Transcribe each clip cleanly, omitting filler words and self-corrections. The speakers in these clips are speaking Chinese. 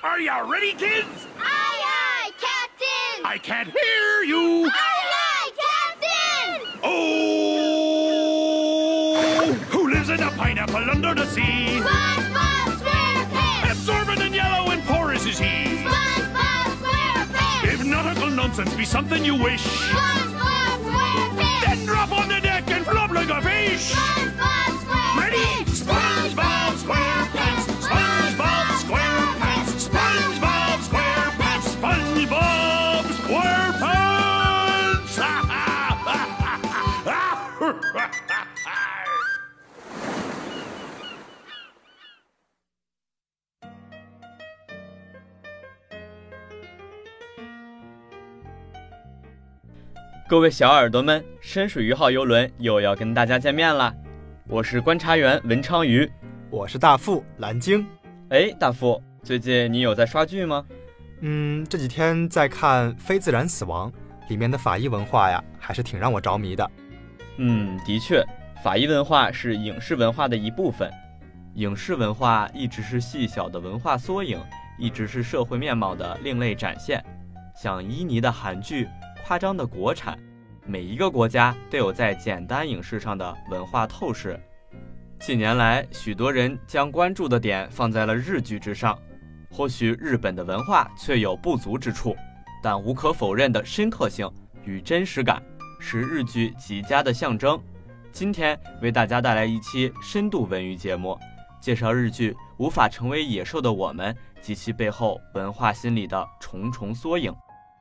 Are you ready, kids? Aye, aye, Captain! I can't hear you! Aye, aye, Captain! Oh! Who lives in a pineapple under the sea? SpongeBob SquarePants! Absorbent and yellow and porous is he. SpongeBob SquarePants! If nautical nonsense be something you wish, SpongeBob SquarePants! then drop on the deck and flop like a fish. SpongeBob SquarePants! Ready? SpongeBob SquarePants! SpongeBob SquarePants! SpongeBob SquarePants! SpongeBob SquarePants! 各位小耳朵们，深水鱼号游轮又要跟大家见面了。我是观察员文昌鱼， 我是大副蓝鲸。 大副，最近你有在刷剧吗？ 这几天在看《非自然死亡》，里面的法医文化呀，还是挺让我着迷的。 的确，法医文化是影视文化的一部分。影视文化一直是细小的文化缩影，一直是社会面貌的另类展现。像旖旎的韩剧，夸张的国产，每一个国家都有在简单影视上的文化透视。近年来，许多人将关注的点放在了日剧之上。或许日本的文化确有不足之处，但无可否认的深刻性与真实感是日剧极佳的象征。今天为大家带来一期深度文娱节目，介绍日剧《无法成为野兽的我们》及其背后文化心理的重重缩影。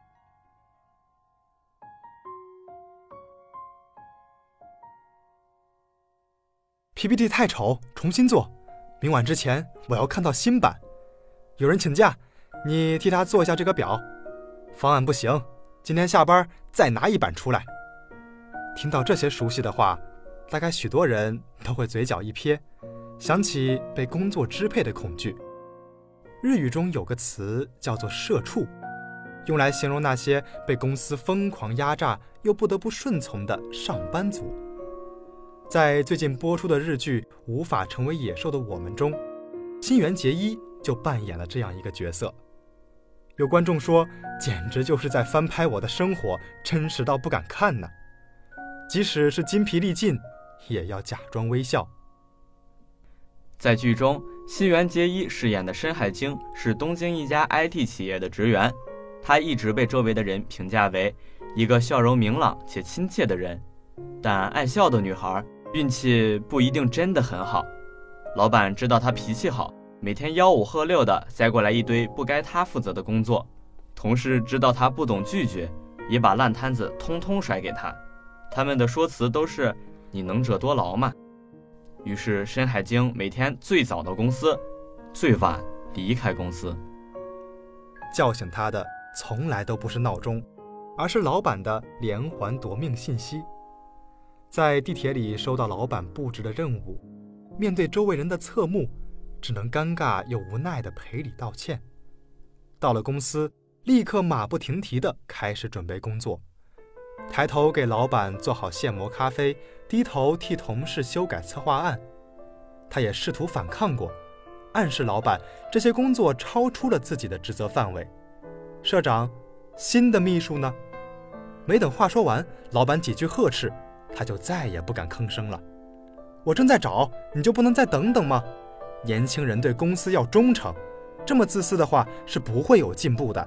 PPT 太丑，重新做。明晚之前我要看到新版。有人请假，你替他做一下这个表。方案不行，今天下班再拿一版出来。听到这些熟悉的话，大概许多人都会嘴角一撇，想起被工作支配的恐惧。日语中有个词叫做社畜，用来形容那些被公司疯狂压榨又不得不顺从的上班族。在最近播出的日剧《无法成为野兽的我们》中，新垣结衣就扮演了这样一个角色。有观众说，简直就是在翻拍我的生活，真实到不敢看呢。即使是筋疲力尽，也要假装微笑。 在剧中，新垣结衣饰演的深海晶是东京一家 IT 企业的职员，她一直被周围的人评价为一个笑容明朗且亲切的人。但爱笑的女孩运气不一定真的很好，老板知道她脾气好，每天吆五喝六的塞过来一堆不该她负责的工作，同事知道她不懂拒绝，也把烂摊子通通甩给她。他们的说辞都是你能者多劳嘛。于是深海晶每天最早到公司，最晚离开公司。 叫醒她的从来都不是闹钟，而是老板的连环夺命信息。在地铁里收到老板布置的任务，面对周围人的侧目，只能尴尬又无奈地赔礼道歉。到了公司，立刻马不停蹄地开始准备工作，抬头给老板做好现磨咖啡，低头替同事修改策划案。他也试图反抗过，暗示老板这些工作超出了自己的职责范围。社长，新的秘书呢？没等话说完，老板几句呵斥，他就再也不敢吭声了。我正在找，你就不能再等等吗？年轻人对公司要忠诚，这么自私的话是不会有进步的。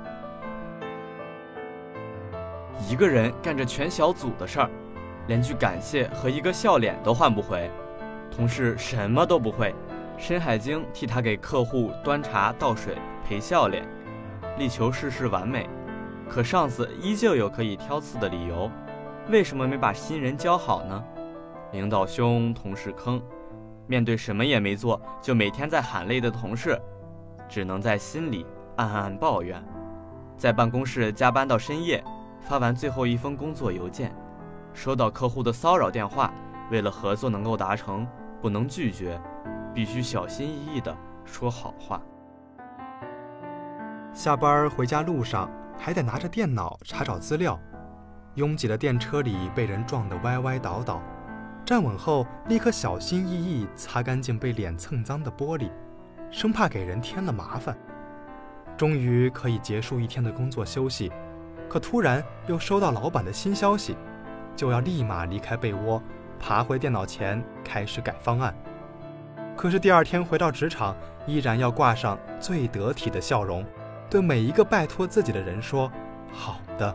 一个人干着全小组的事儿，连句感谢和一个笑脸都换不回。同事什么都不会，深海晶替他给客户端茶倒水赔笑脸，力求事事完美。可上司依旧有可以挑刺的理由，为什么没把新人教好呢？领导凶，同事坑，面对什么也没做就每天在喊累的同事，只能在心里暗暗抱怨。在办公室加班到深夜，发完最后一封工作邮件，收到客户的骚扰电话，为了合作能够达成，不能拒绝，必须小心翼翼地说好话。 下班回家路上还得拿着电脑查找资料，拥挤的电车里被人撞得歪歪倒倒，站稳后立刻小心翼翼擦干净被脸蹭脏的玻璃，生怕给人添了麻烦。 终于可以结束一天的工作休息，可突然又收到老板的新消息，就要立马离开被窝，爬回电脑前开始改方案。可是第二天回到职场，依然要挂上最得体的笑容，对每一个拜托自己的人说好的。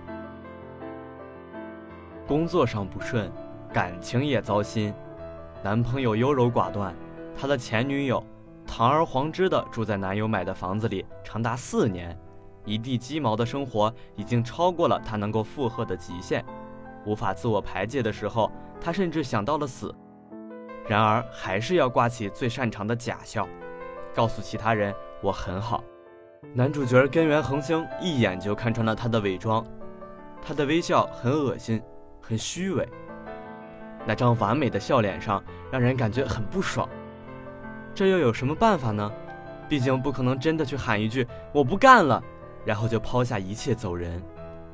工作上不顺，感情也糟心，男朋友优柔寡断，他的前女友堂而皇之地住在男友买的房子里长达4年，一地鸡毛的生活已经超过了他能够负荷的极限，无法自我排解的时候，他甚至想到了死。然而还是要挂起最擅长的假笑，告诉其他人我很好。男主角根源恒星一眼就看穿了他的伪装，他的微笑很恶心，很虚伪，那张完美的笑脸上让人感觉很不爽。这又有什么办法呢？毕竟不可能真的去喊一句我不干了，然后就抛下一切走人。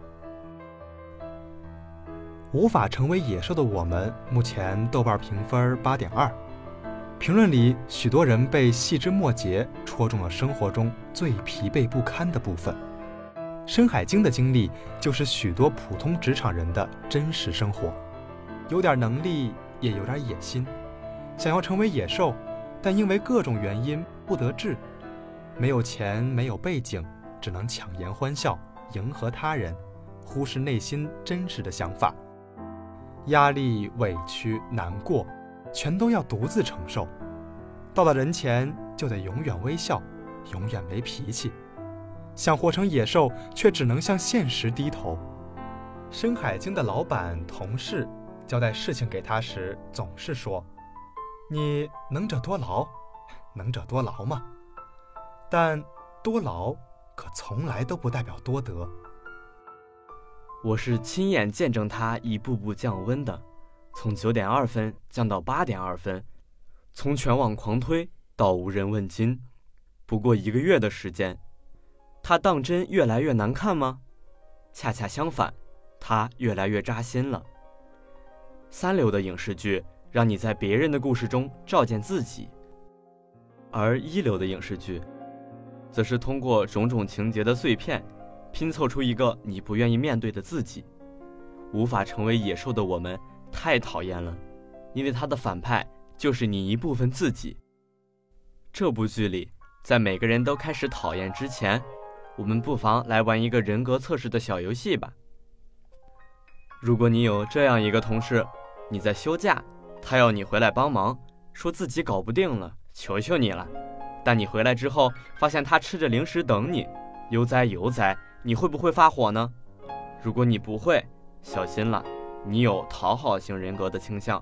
无法成为野兽的我们，目前豆瓣评分8.2。评论里许多人被细枝末节戳中了生活中最疲惫不堪的部分。深海鲸的经历就是许多普通职场人的真实生活，有点能力，也有点野心，想要成为野兽，但因为各种原因不得志，没有钱，没有背景，只能强颜欢笑，迎合他人，忽视内心真实的想法。压力、委屈、难过，全都要独自承受。到了人前就得永远微笑，永远没脾气。想活成野兽，却只能向现实低头。深海鲸的老板、同事交代事情给他时，总是说：“你能者多劳，能者多劳嘛。”但多劳可从来都不代表多得。 我是亲眼见证他一步步降温的，从9.2分降到8.2分，从全网狂推到无人问津，不过1个月的时间。他当真越来越难看吗？恰恰相反，他越来越扎心了。3流的影视剧让你在别人的故事中照见自己，而1流的影视剧则是通过种种情节的碎片拼凑出一个你不愿意面对的自己。无法成为野兽的我们太讨厌了，因为他的反派就是你一部分自己。这部剧里，在每个人都开始讨厌之前，我们不妨来玩一个人格测试的小游戏吧。如果你有这样一个同事，你在休假，他要你回来帮忙，说自己搞不定了，求求你了。但你回来之后，发现他吃着零食等你，悠哉悠哉，你会不会发火呢？如果你不会，小心了，你有讨好型人格的倾向。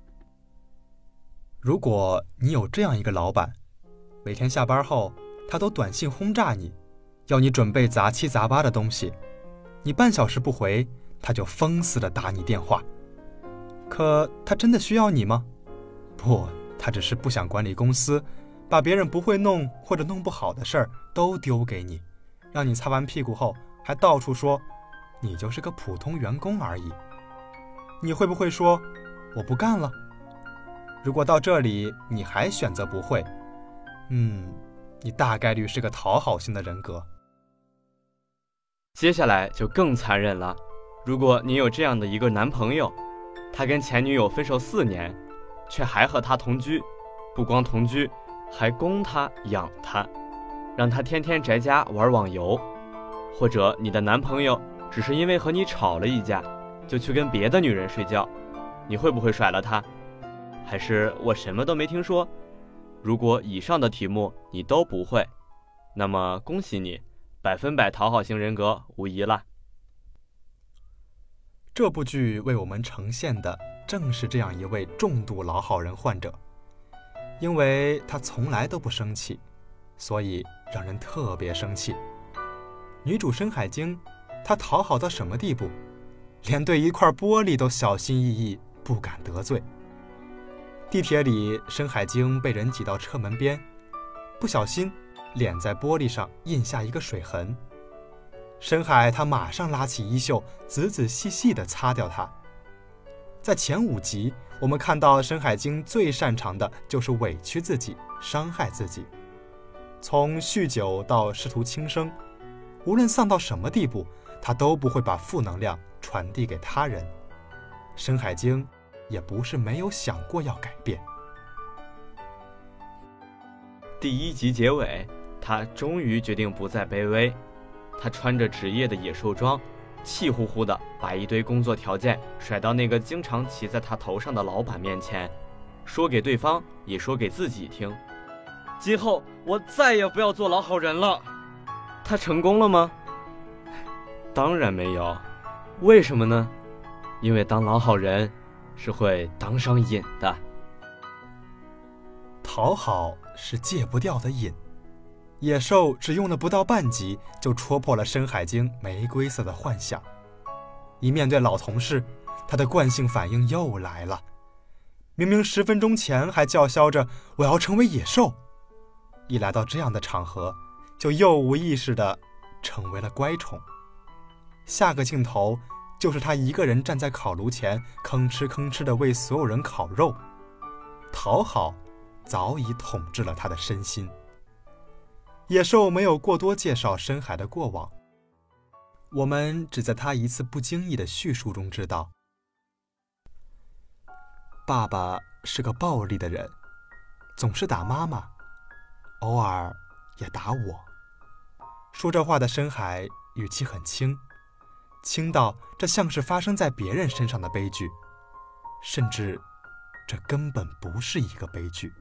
如果你有这样一个老板，每天下班后，他都短信轰炸你，要你准备杂七杂八的东西，你半小时不回，他就疯似的打你电话。可他真的需要你吗？不，他只是不想管理公司，把别人不会弄或者弄不好的事儿都丢给你，让你擦完屁股后还到处说你就是个普通员工而已。你会不会说我不干了？如果到这里你还选择不会，你大概率是个讨好型的人格。 接下来就更残忍了，如果你有这样的一个男朋友，他跟前女友分手4年，却还和他同居，不光同居，还供他养他，让他天天宅家玩网游。或者你的男朋友只是因为和你吵了一架，就去跟别的女人睡觉，你会不会甩了他？还是我什么都没听说？如果以上的题目你都不会，那么恭喜你，100%讨好型人格无疑了。 这部剧为我们呈现的正是这样一位重度老好人患者，因为他从来都不生气，所以让人特别生气。女主深海鲸，她讨好到什么地步？连对一块玻璃都小心翼翼，不敢得罪。地铁里，深海鲸被人挤到车门边，不小心脸在玻璃上印下一个水痕。深海他马上拉起衣袖，仔仔细细地擦掉它。在前5集，我们看到深海鲸最擅长的就是委屈自己，伤害自己。 从酗酒到试图轻生，无论丧到什么地步，他都不会把负能量传递给他人。深海鲸也不是没有想过要改变。 第1集结尾，他终于决定不再卑微。他穿着职业的野兽装，气呼呼地把一堆工作条件甩到那个经常骑在他头上的老板面前，说给对方，也说给自己听。今后我再也不要做老好人了。他成功了吗？当然没有。为什么呢？因为当老好人是会当上瘾的。 讨好是戒不掉的瘾。野兽只用了不到半集，就戳破了深海鲸玫瑰色的幻想。一面对老同事，他的惯性反应又来了。明明10分钟前还叫嚣着我要成为野兽，一来到这样的场合，就又无意识地成为了乖宠。下个镜头就是他一个人站在烤炉前，吭哧吭哧地为所有人烤肉。讨好早已统治了他的身心。野兽没有过多介绍深海的过往，我们只在他一次不经意的叙述中知道，爸爸是个暴力的人，总是打妈妈，偶尔也打我。说这话的深海语气很轻，轻到这像是发生在别人身上的悲剧，甚至这根本不是一个悲剧。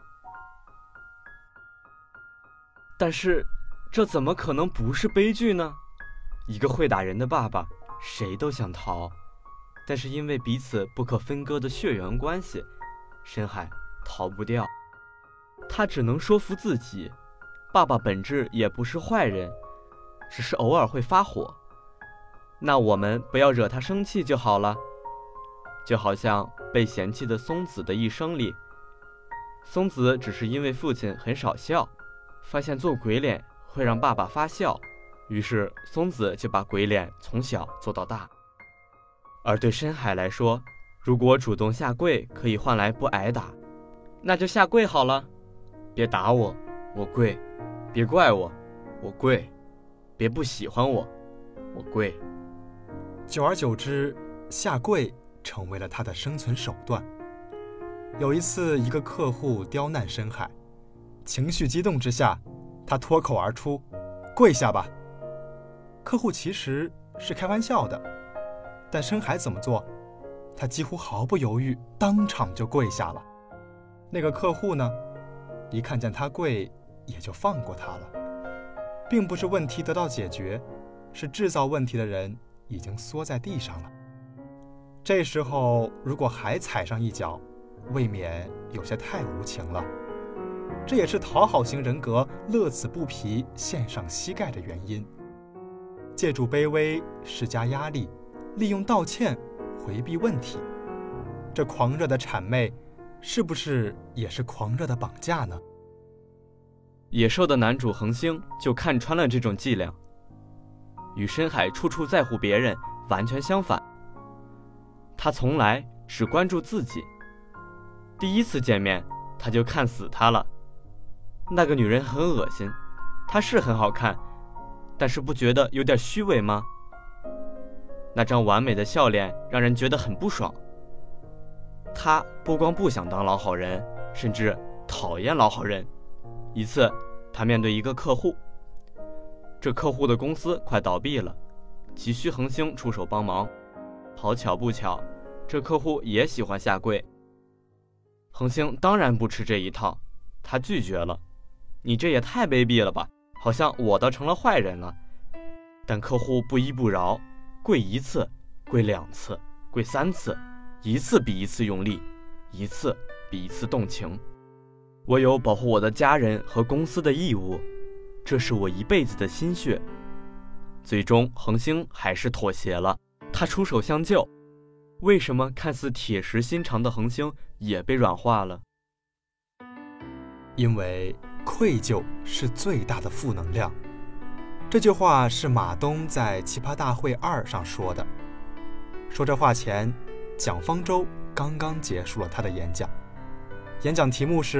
但是这怎么可能不是悲剧呢？一个会打人的爸爸，谁都想逃，但是因为彼此不可分割的血缘关系，深海逃不掉。他只能说服自己，爸爸本质也不是坏人，只是偶尔会发火。那我们不要惹他生气就好了。就好像被嫌弃的松子的一生里，松子只是因为父亲很少笑，发现做鬼脸会让爸爸发笑，于是松子就把鬼脸从小做到大。而对深海来说，如果主动下跪可以换来不挨打，那就下跪好了。别打我，我跪；别怪我，我跪；别不喜欢我，我跪。 久而久之，下跪成为了他的生存手段。有一次，一个客户刁难深海，情绪激动之下，他脱口而出：“跪下吧。”客户其实是开玩笑的，但深海怎么做？他几乎毫不犹豫，当场就跪下了。那个客户呢，一看见他跪，也就放过他了。并不是问题得到解决，是制造问题的人已经缩在地上了。这时候如果还踩上一脚，未免有些太无情了。这也是讨好型人格乐此不疲献上膝盖的原因。借助卑微施加压力，利用道歉回避问题，这狂热的谄媚是不是也是狂热的绑架呢？ 野兽的男主恒星就看穿了这种伎俩，与深海处处在乎别人完全相反。他从来只关注自己。第一次见面他就看死她了。那个女人很恶心，她是很好看，但是不觉得有点虚伪吗？那张完美的笑脸让人觉得很不爽。他不光不想当老好人，甚至讨厌老好人。一次他面对一个客户，这客户的公司快倒闭了，急需恒星出手帮忙。好巧不巧，这客户也喜欢下跪。恒星当然不吃这一套，他拒绝了。你这也太卑鄙了吧，好像我倒成了坏人了。但客户不依不饶，跪一次，跪2次，跪3次，一次比一次用力，一次比一次动情。我有保护我的家人和公司的义务，这是我一辈子的心血。最终恒星还是妥协了，他出手相救。为什么看似铁石心肠的恒星也被软化了？ 因为愧疚是最大的负能量。这句话是马东在《奇葩大会2》上说的。说这话前，蒋方舟刚刚结束了他的演讲。演讲题目是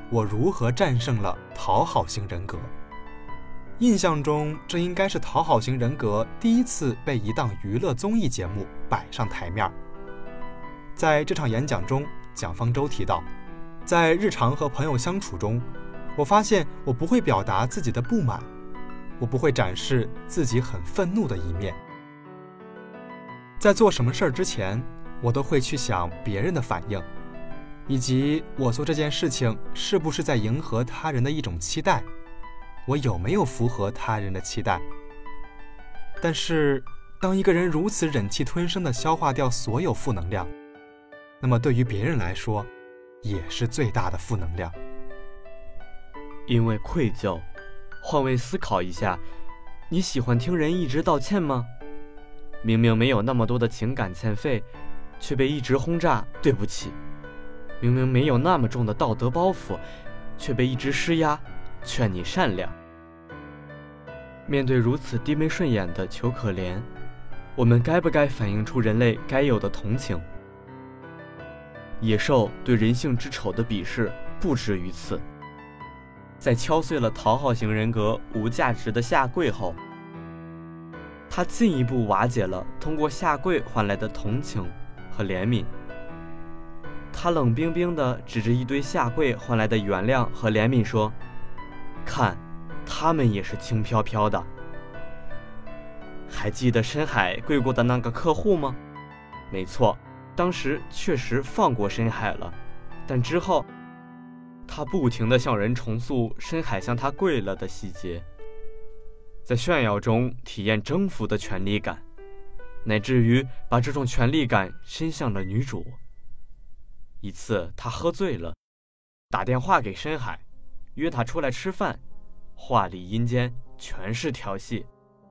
我如何战胜了讨好型人格。印象中，这应该是讨好型人格第一次被一档娱乐综艺节目摆上台面。在这场演讲中，蒋方舟提到，在日常和朋友相处中，我发现我不会表达自己的不满，我不会展示自己很愤怒的一面。在做什么事儿之前，我都会去想别人的反应，以及我做这件事情是不是在迎合他人的一种期待，我有没有符合他人的期待。但是当一个人如此忍气吞声地消化掉所有负能量，那么对于别人来说也是最大的负能量。 因为愧疚，换位思考一下，你喜欢听人一直道歉吗？明明没有那么多的情感欠费，却被一直轰炸对不起。明明没有那么重的道德包袱，却被一直施压劝你善良。面对如此低眉顺眼的求可怜，我们该不该反映出人类该有的同情？野兽对人性之丑的鄙视不止于此。在敲碎了讨好型人格无价值的下跪后，他进一步瓦解了通过下跪换来的同情和怜悯。他冷冰冰地指着一堆下跪换来的原谅和怜悯说，看，他们也是轻飘飘的。还记得深海跪过的那个客户吗？没错，当时确实放过深海了，但之后他不停地向人重塑深海向他跪了的细节，在炫耀中体验征服的权力感，乃至于把这种权力感伸向了女主。一次他喝醉了，打电话给深海，约他出来吃饭，话里阴间全是调戏。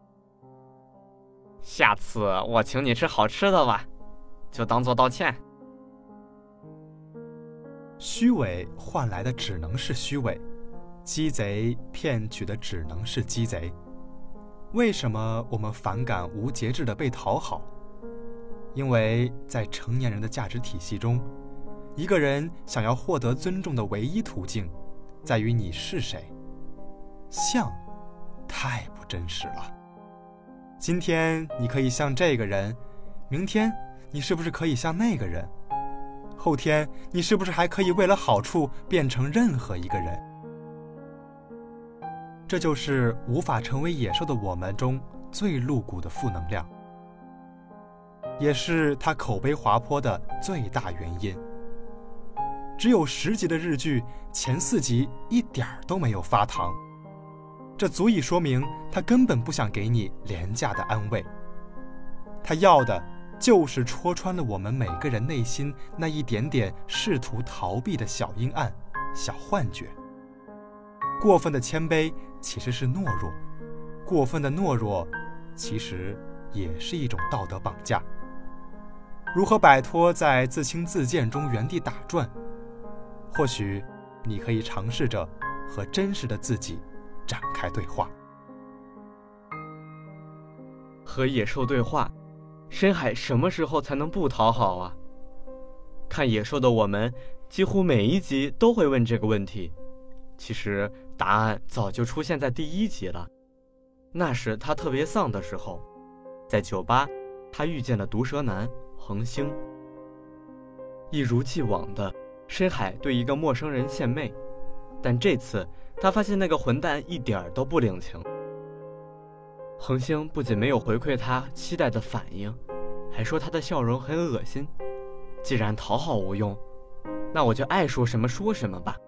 下次我请你吃好吃的吧，就当做道歉。 虚伪换来的只能是虚伪，鸡贼骗取的只能是鸡贼。为什么我们反感无节制地被讨好？因为在成年人的价值体系中，一个人想要获得尊重的唯一途径，在于你是谁。像太不真实了。今天你可以像这个人，明天你是不是可以像那个人？后天你是不是还可以为了好处变成任何一个人？这就是无法成为野兽的我们中最露骨的负能量，也是它口碑滑坡的最大原因。只有10集的日剧，前4集一点儿都没有发糖，这足以说明他根本不想给你廉价的安慰，他要的就是戳穿了我们每个人内心那一点点试图逃避的小阴暗、小幻觉。过分的谦卑其实是懦弱，过分的懦弱其实也是一种道德绑架。如何摆脱在自轻自贱中原地打转？或许你可以尝试着和真实的自己展开对话。 和野兽对话，深海什么时候才能不讨好啊？看野兽的我们，几乎每一集都会问这个问题。其实答案早就出现在第1集了。那是他特别丧的时候，在酒吧，他遇见了毒蛇男恒星。一如既往的，深海对一个陌生人献媚，但这次他发现那个混蛋一点都不领情。恒星不仅没有回馈他期待的反应，还说他的笑容很恶心。既然讨好无用，那我就爱说什么说什么吧。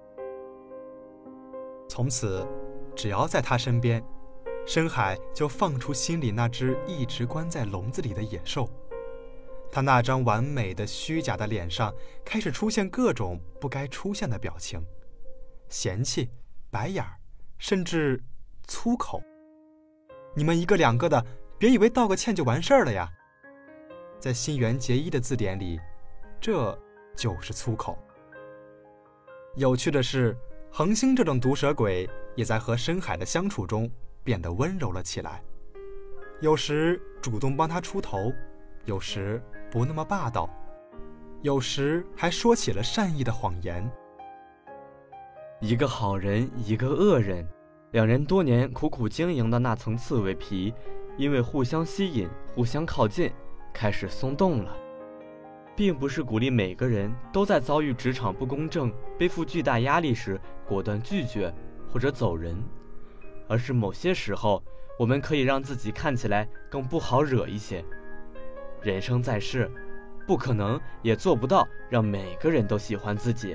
从此，只要在他身边，深海就放出心里那只一直关在笼子里的野兽。他那张完美的虚假的脸上开始出现各种不该出现的表情，嫌弃、白眼，甚至粗口。你们一个两个的，别以为道个歉就完事儿了呀。在新垣结衣的字典里，这就是粗口。有趣的是，恒星这种毒蛇鬼也在和深海的相处中变得温柔了起来，有时主动帮他出头，有时不那么霸道，有时还说起了善意的谎言。 一个好人，一个恶人，两人多年苦苦经营的那层刺猬皮，因为互相吸引、互相靠近，开始松动了。并不是鼓励每个人都在遭遇职场不公正、背负巨大压力时果断拒绝或者走人，而是某些时候，我们可以让自己看起来更不好惹一些。人生在世，不可能也做不到让每个人都喜欢自己。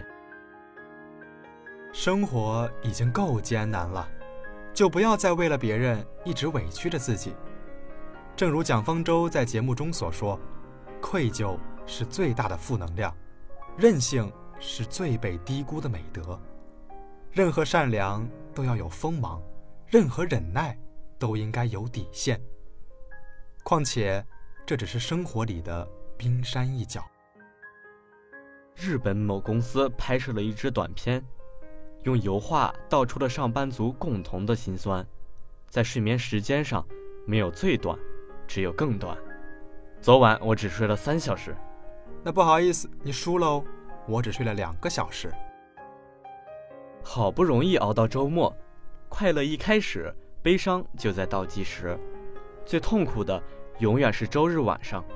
生活已经够艰难了，就不要再为了别人一直委屈着自己。正如蒋方舟在节目中所说，愧疚是最大的负能量，任性是最被低估的美德。任何善良都要有锋芒，任何忍耐都应该有底线。况且，这只是生活里的冰山一角。 日本某公司拍摄了一支短片，用油画道出了上班族共同的辛酸。在睡眠时间上，没有最短，只有更短。昨晚我只睡了3小时。 那不好意思，你输喽，我只睡了2个小时。 好不容易熬到周末，快乐一开始，悲伤就在倒计时。最痛苦的永远是周日晚上。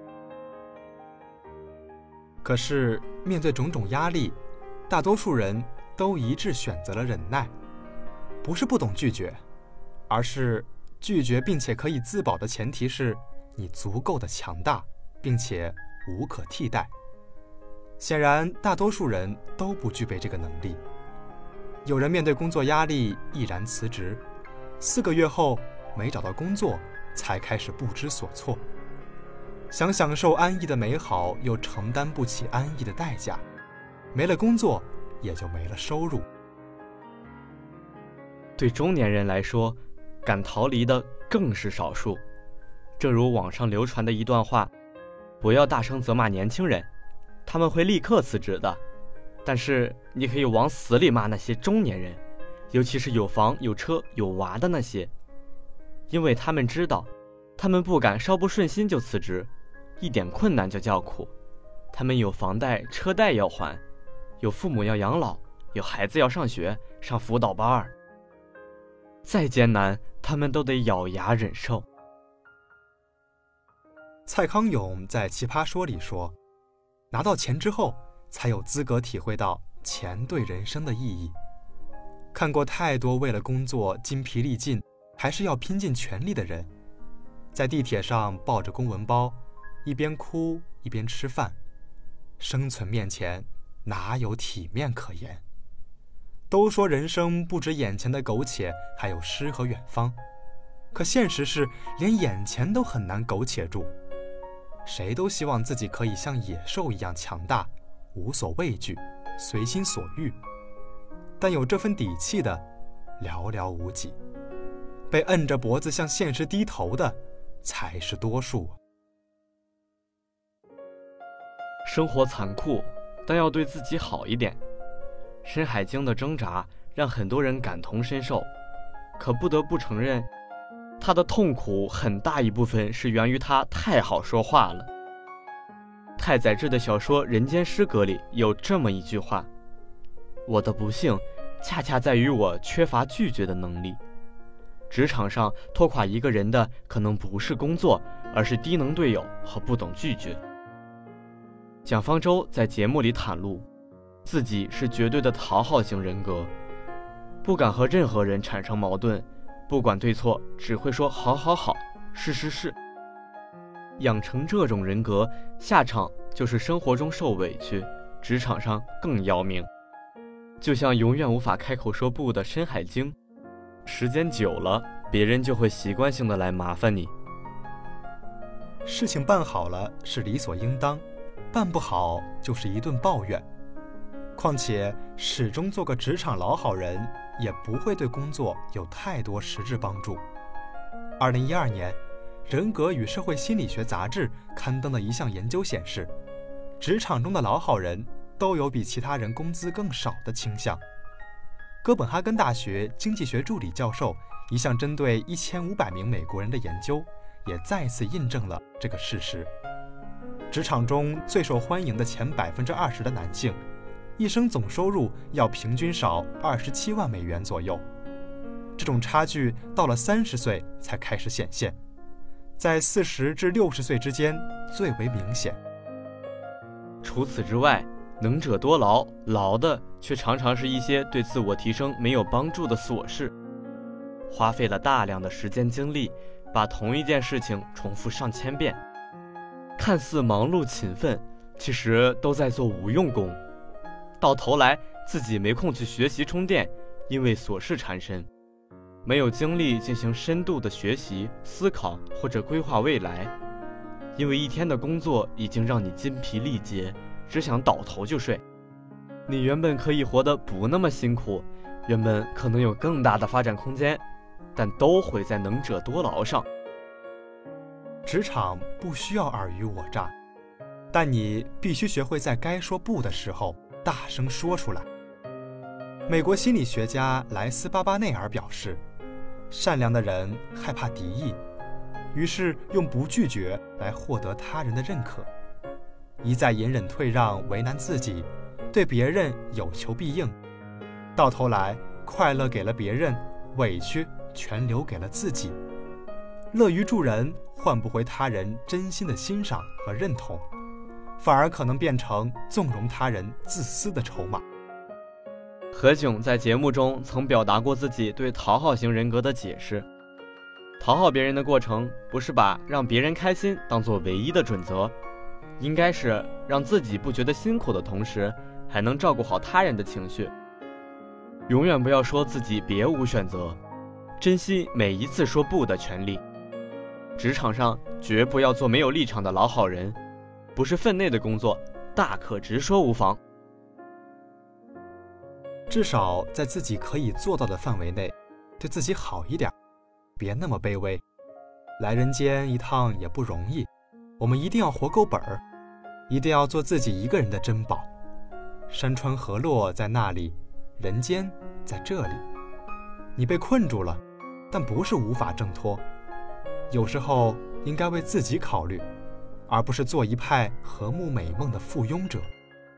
可是面对种种压力，大多数人都一致选择了忍耐。不是不懂拒绝，而是拒绝并且可以自保的前提是你足够的强大，并且无可替代。显然大多数人都不具备这个能力。有人面对工作压力毅然辞职，4个月后没找到工作，才开始不知所措。想享受安逸的美好，又承担不起安逸的代价，没了工作也就没了收入。 对中年人来说，敢逃离的更是少数。正如网上流传的一段话，不要大声责骂年轻人，他们会立刻辞职的。但是你可以往死里骂那些中年人，尤其是有房有车有娃的那些，因为他们知道，他们不敢稍不顺心就辞职，一点困难就叫苦。他们有房贷车贷要还，有父母要养老，有孩子要上学上辅导班，再艰难他们都得咬牙忍受。 蔡康永在《奇葩说》里说，拿到钱之后才有资格体会到钱对人生的意义。看过太多为了工作筋疲力尽还是要拼尽全力的人，在地铁上抱着公文包，一边哭一边吃饭，生存面前哪有体面可言？都说人生不止眼前的苟且，还有诗和远方，可现实是连眼前都很难苟且住。谁都希望自己可以像野兽一样强大，无所畏惧，随心所欲，但有这份底气的寥寥无几，被摁着脖子向现实低头的才是多数。 生活残酷，但要对自己好一点。深海鲸的挣扎让很多人感同身受，可不得不承认，他的痛苦很大一部分是源于他太好说话了。太宰治的小说《人间失格》里有这么一句话：我的不幸恰恰在于我缺乏拒绝的能力。职场上拖垮一个人的可能不是工作，而是低能队友和不懂拒绝。蒋方舟在节目里袒露，自己是绝对的讨好型人格，不敢和任何人产生矛盾，不管对错，只会说好好好，是是是。养成这种人格，下场就是生活中受委屈，职场上更要命。就像永远无法开口说不的深海鲸，时间久了，别人就会习惯性的来麻烦你。 事情办好了是理所应当，办不好就是一顿抱怨。况且始终做个职场老好人，也不会对工作有太多实质帮助。2012年，《人格与社会心理学》杂志刊登的一项研究显示，职场中的老好人都有比其他人工资更少的倾向。哥本哈根大学经济学助理教授一项针对1500名美国人的研究，也再次印证了这个事实。职场中最受欢迎的前20%的男性， 一生总收入要平均少27万美元左右。这种差距到了30岁才开始显现，在40至60岁之间最为明显。 除此之外，能者多劳，劳的却常常是一些对自我提升没有帮助的琐事，花费了大量的时间精力，把同一件事情重复上千遍，看似忙碌勤奋，其实都在做无用功，到头来自己没空去学习充电，因为琐事缠身，没有精力进行深度的学习、思考或者规划未来，因为一天的工作已经让你筋疲力竭，只想倒头就睡。你原本可以活得不那么辛苦，原本可能有更大的发展空间，但都毁在能者多劳上。 职场不需要尔虞我诈，但你必须学会在该说不的时候大声说出来。美国心理学家莱斯·巴巴内尔表示，善良的人害怕敌意，于是用不拒绝来获得他人的认可，一再隐忍退让，为难自己，对别人有求必应，到头来快乐给了别人，委屈全留给了自己。乐于助人换不回他人真心的欣赏和认同，反而可能变成纵容他人自私的筹码。 何炅在节目中曾表达过自己对讨好型人格的解释，讨好别人的过程不是把让别人开心当作唯一的准则，应该是让自己不觉得辛苦的同时，还能照顾好他人的情绪。永远不要说自己别无选择，珍惜每一次说不的权利。职场上绝不要做没有立场的老好人，不是分内的工作，大可直说无妨。 至少在自己可以做到的范围内，对自己好一点，别那么卑微。来人间一趟也不容易，我们一定要活够本儿，一定要做自己一个人的珍宝。山川河洛在那里，人间在这里。你被困住了，但不是无法挣脱。有时候应该为自己考虑，而不是做一派和睦美梦的附庸者。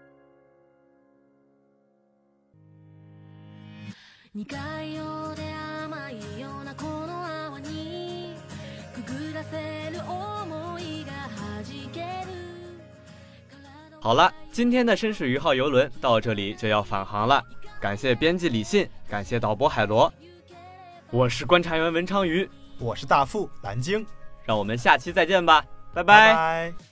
苦いようで甘いようなこの泡にくぐらせる想いが弾ける。 好了，今天的绅士鱼号游轮到这里就要返航了，感谢编辑李信，感谢导播海螺，我是观察员文昌鱼， 我是大副蓝鲸， 让我们下期再见吧，拜拜拜。